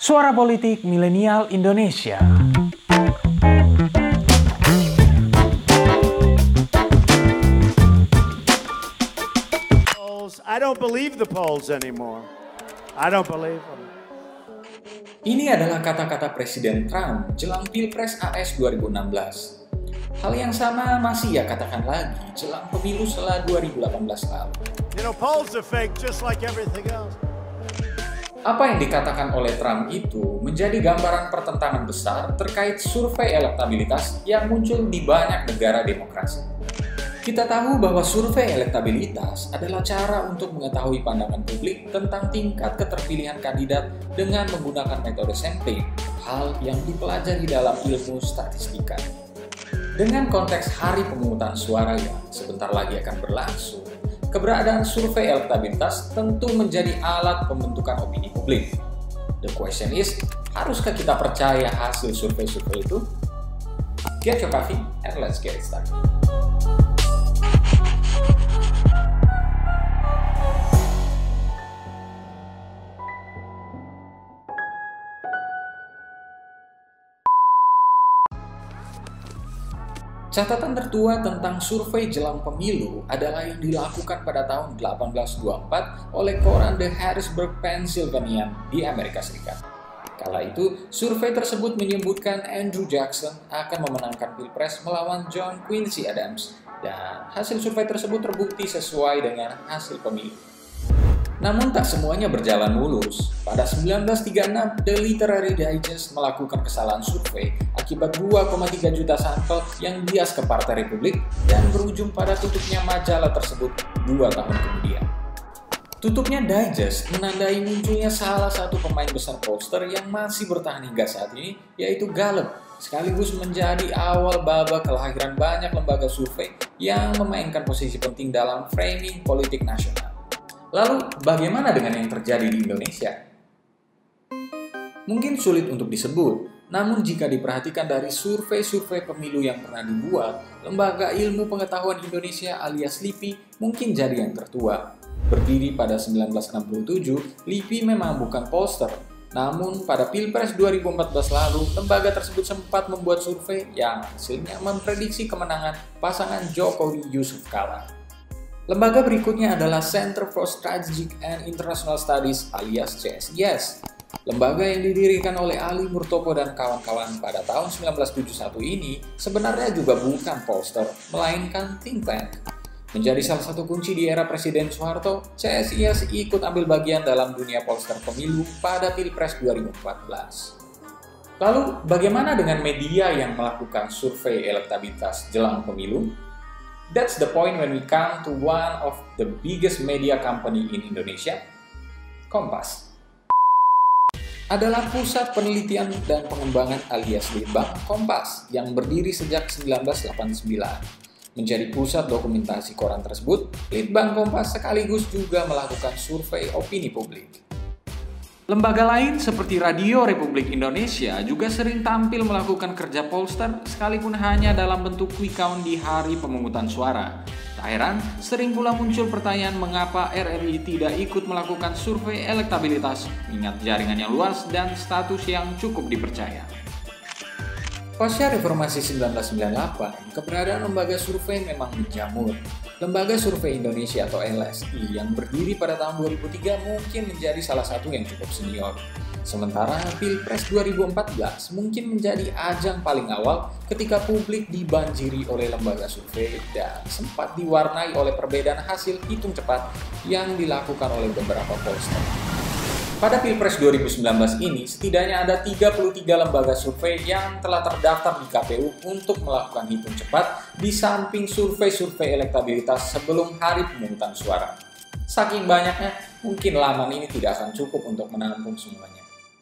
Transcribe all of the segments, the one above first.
Suara Politik Milenial Indonesia. I don't believe the polls anymore. I don't believe them. Ini adalah kata-kata Presiden Trump jelang Pilpres AS 2016. Hal yang sama masih ia katakan lagi jelang pemilu setelah 2018 lalu. Polls are fake just like everything else. Apa yang dikatakan oleh Trump itu menjadi gambaran pertentangan besar terkait survei elektabilitas yang muncul di banyak negara demokrasi. Kita tahu bahwa survei elektabilitas adalah cara untuk mengetahui pandangan publik tentang tingkat keterpilihan kandidat dengan menggunakan metode sampling, hal yang dipelajari dalam ilmu statistika. Dengan konteks hari pemungutan suara yang sebentar lagi akan berlangsung, keberadaan survei elektabilitas tentu menjadi alat pembentukan opini publik. The question is, haruskah kita percaya hasil survei-survei itu? Get your coffee and let's get it started. Catatan tertua tentang survei jelang pemilu adalah yang dilakukan pada tahun 1824 oleh koran The Harrisburg Pennsylvanian di Amerika Serikat. Kala itu, survei tersebut menyebutkan Andrew Jackson akan memenangkan Pilpres melawan John Quincy Adams, dan hasil survei tersebut terbukti sesuai dengan hasil pemilu. Namun tak semuanya berjalan mulus. Pada 1936, The Literary Digest melakukan kesalahan survei akibat 2,3 juta sampel yang bias ke Partai Republik dan berujung pada tutupnya majalah tersebut 2 tahun kemudian. Tutupnya Digest menandai munculnya salah satu pemain besar pollster yang masih bertahan hingga saat ini, yaitu Gallup, sekaligus menjadi awal babak kelahiran banyak lembaga survei yang memainkan posisi penting dalam framing politik nasional. Lalu, bagaimana dengan yang terjadi di Indonesia? Mungkin sulit untuk disebut, namun jika diperhatikan dari survei-survei pemilu yang pernah dibuat, Lembaga Ilmu Pengetahuan Indonesia alias LIPI mungkin jadi yang tertua. Berdiri pada 1967, LIPI memang bukan pollster, namun pada Pilpres 2014 lalu, lembaga tersebut sempat membuat survei yang hasilnya memprediksi kemenangan pasangan Jokowi-Yusuf Kala. Lembaga berikutnya adalah Center for Strategic and International Studies alias CSIS. Lembaga yang didirikan oleh Ali Murtopo dan kawan-kawan pada tahun 1971 ini sebenarnya juga bukan pollster, melainkan think tank. Menjadi salah satu kunci di era Presiden Soeharto, CSIS ikut ambil bagian dalam dunia pollster pemilu pada Pilpres 2014. Lalu, bagaimana dengan media yang melakukan survei elektabilitas jelang pemilu? That's the point when we come to one of the biggest media company in Indonesia, Kompas. Adalah pusat penelitian dan pengembangan alias Litbang Kompas yang berdiri sejak 1989. Menjadi pusat dokumentasi koran tersebut, Litbang Kompas sekaligus juga melakukan survei opini publik. Lembaga lain seperti Radio Republik Indonesia juga sering tampil melakukan kerja pollster sekalipun hanya dalam bentuk quick count di hari pemungutan suara. Tak heran, sering pula muncul pertanyaan mengapa RRI tidak ikut melakukan survei elektabilitas, mengingat jaringannya luas dan status yang cukup dipercaya. Pasca Reformasi 1998, keberadaan lembaga survei memang menjamur. Lembaga Survei Indonesia atau LSI yang berdiri pada tahun 2003 mungkin menjadi salah satu yang cukup senior. Sementara Pilpres 2014 mungkin menjadi ajang paling awal ketika publik dibanjiri oleh lembaga survei dan sempat diwarnai oleh perbedaan hasil hitung cepat yang dilakukan oleh beberapa pollster. Pada Pilpres 2019 ini, setidaknya ada 33 lembaga survei yang telah terdaftar di KPU untuk melakukan hitung cepat di samping survei-survei elektabilitas sebelum hari pemungutan suara. Saking banyaknya, mungkin laman ini tidak akan cukup untuk menampung semuanya.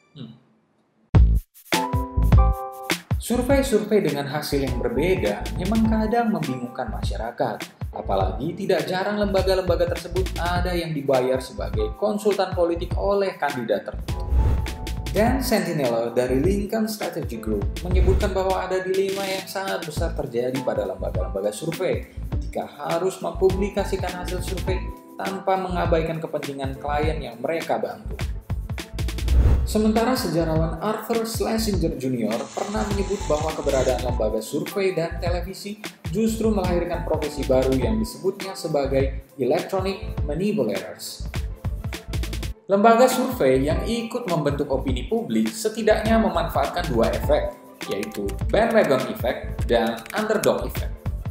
Survei-survei dengan hasil yang berbeda memang kadang membingungkan masyarakat. Apalagi tidak jarang lembaga-lembaga tersebut ada yang dibayar sebagai konsultan politik oleh kandidat tertentu. Dan Sentinel dari Lincoln Strategy Group menyebutkan bahwa ada dilema yang sangat besar terjadi pada lembaga-lembaga survei ketika harus mempublikasikan hasil survei tanpa mengabaikan kepentingan klien yang mereka bantu. Sementara sejarawan Arthur Schlesinger Jr. pernah menyebut bahwa keberadaan lembaga survei dan televisi justru melahirkan profesi baru yang disebutnya sebagai electronic manipulators. Lembaga survei yang ikut membentuk opini publik setidaknya memanfaatkan dua efek, yaitu bandwagon effect dan underdog effect.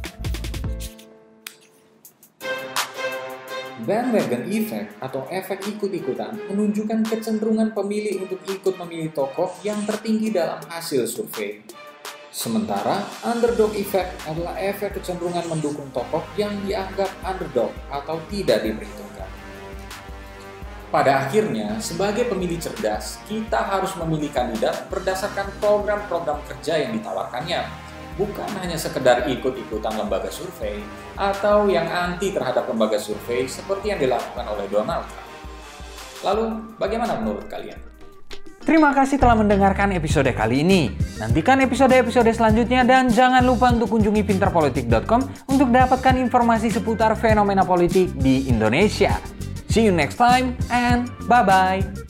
Bandwagon effect atau efek ikut-ikutan menunjukkan kecenderungan pemilih untuk ikut memilih tokoh yang tertinggi dalam hasil survei. Sementara underdog effect adalah efek kecenderungan mendukung tokoh yang dianggap underdog atau tidak diperhitungkan. Pada akhirnya, sebagai pemilih cerdas, kita harus memilih kandidat berdasarkan program-program kerja yang ditawarkannya, bukan hanya sekedar ikut-ikutan lembaga survei atau yang anti terhadap lembaga survei seperti yang dilakukan oleh Donald Trump. Lalu, bagaimana menurut kalian? Terima kasih telah mendengarkan episode kali ini. Nantikan episode-episode selanjutnya dan jangan lupa untuk kunjungi pinterpolitik.com untuk dapatkan informasi seputar fenomena politik di Indonesia. See you next time and bye-bye.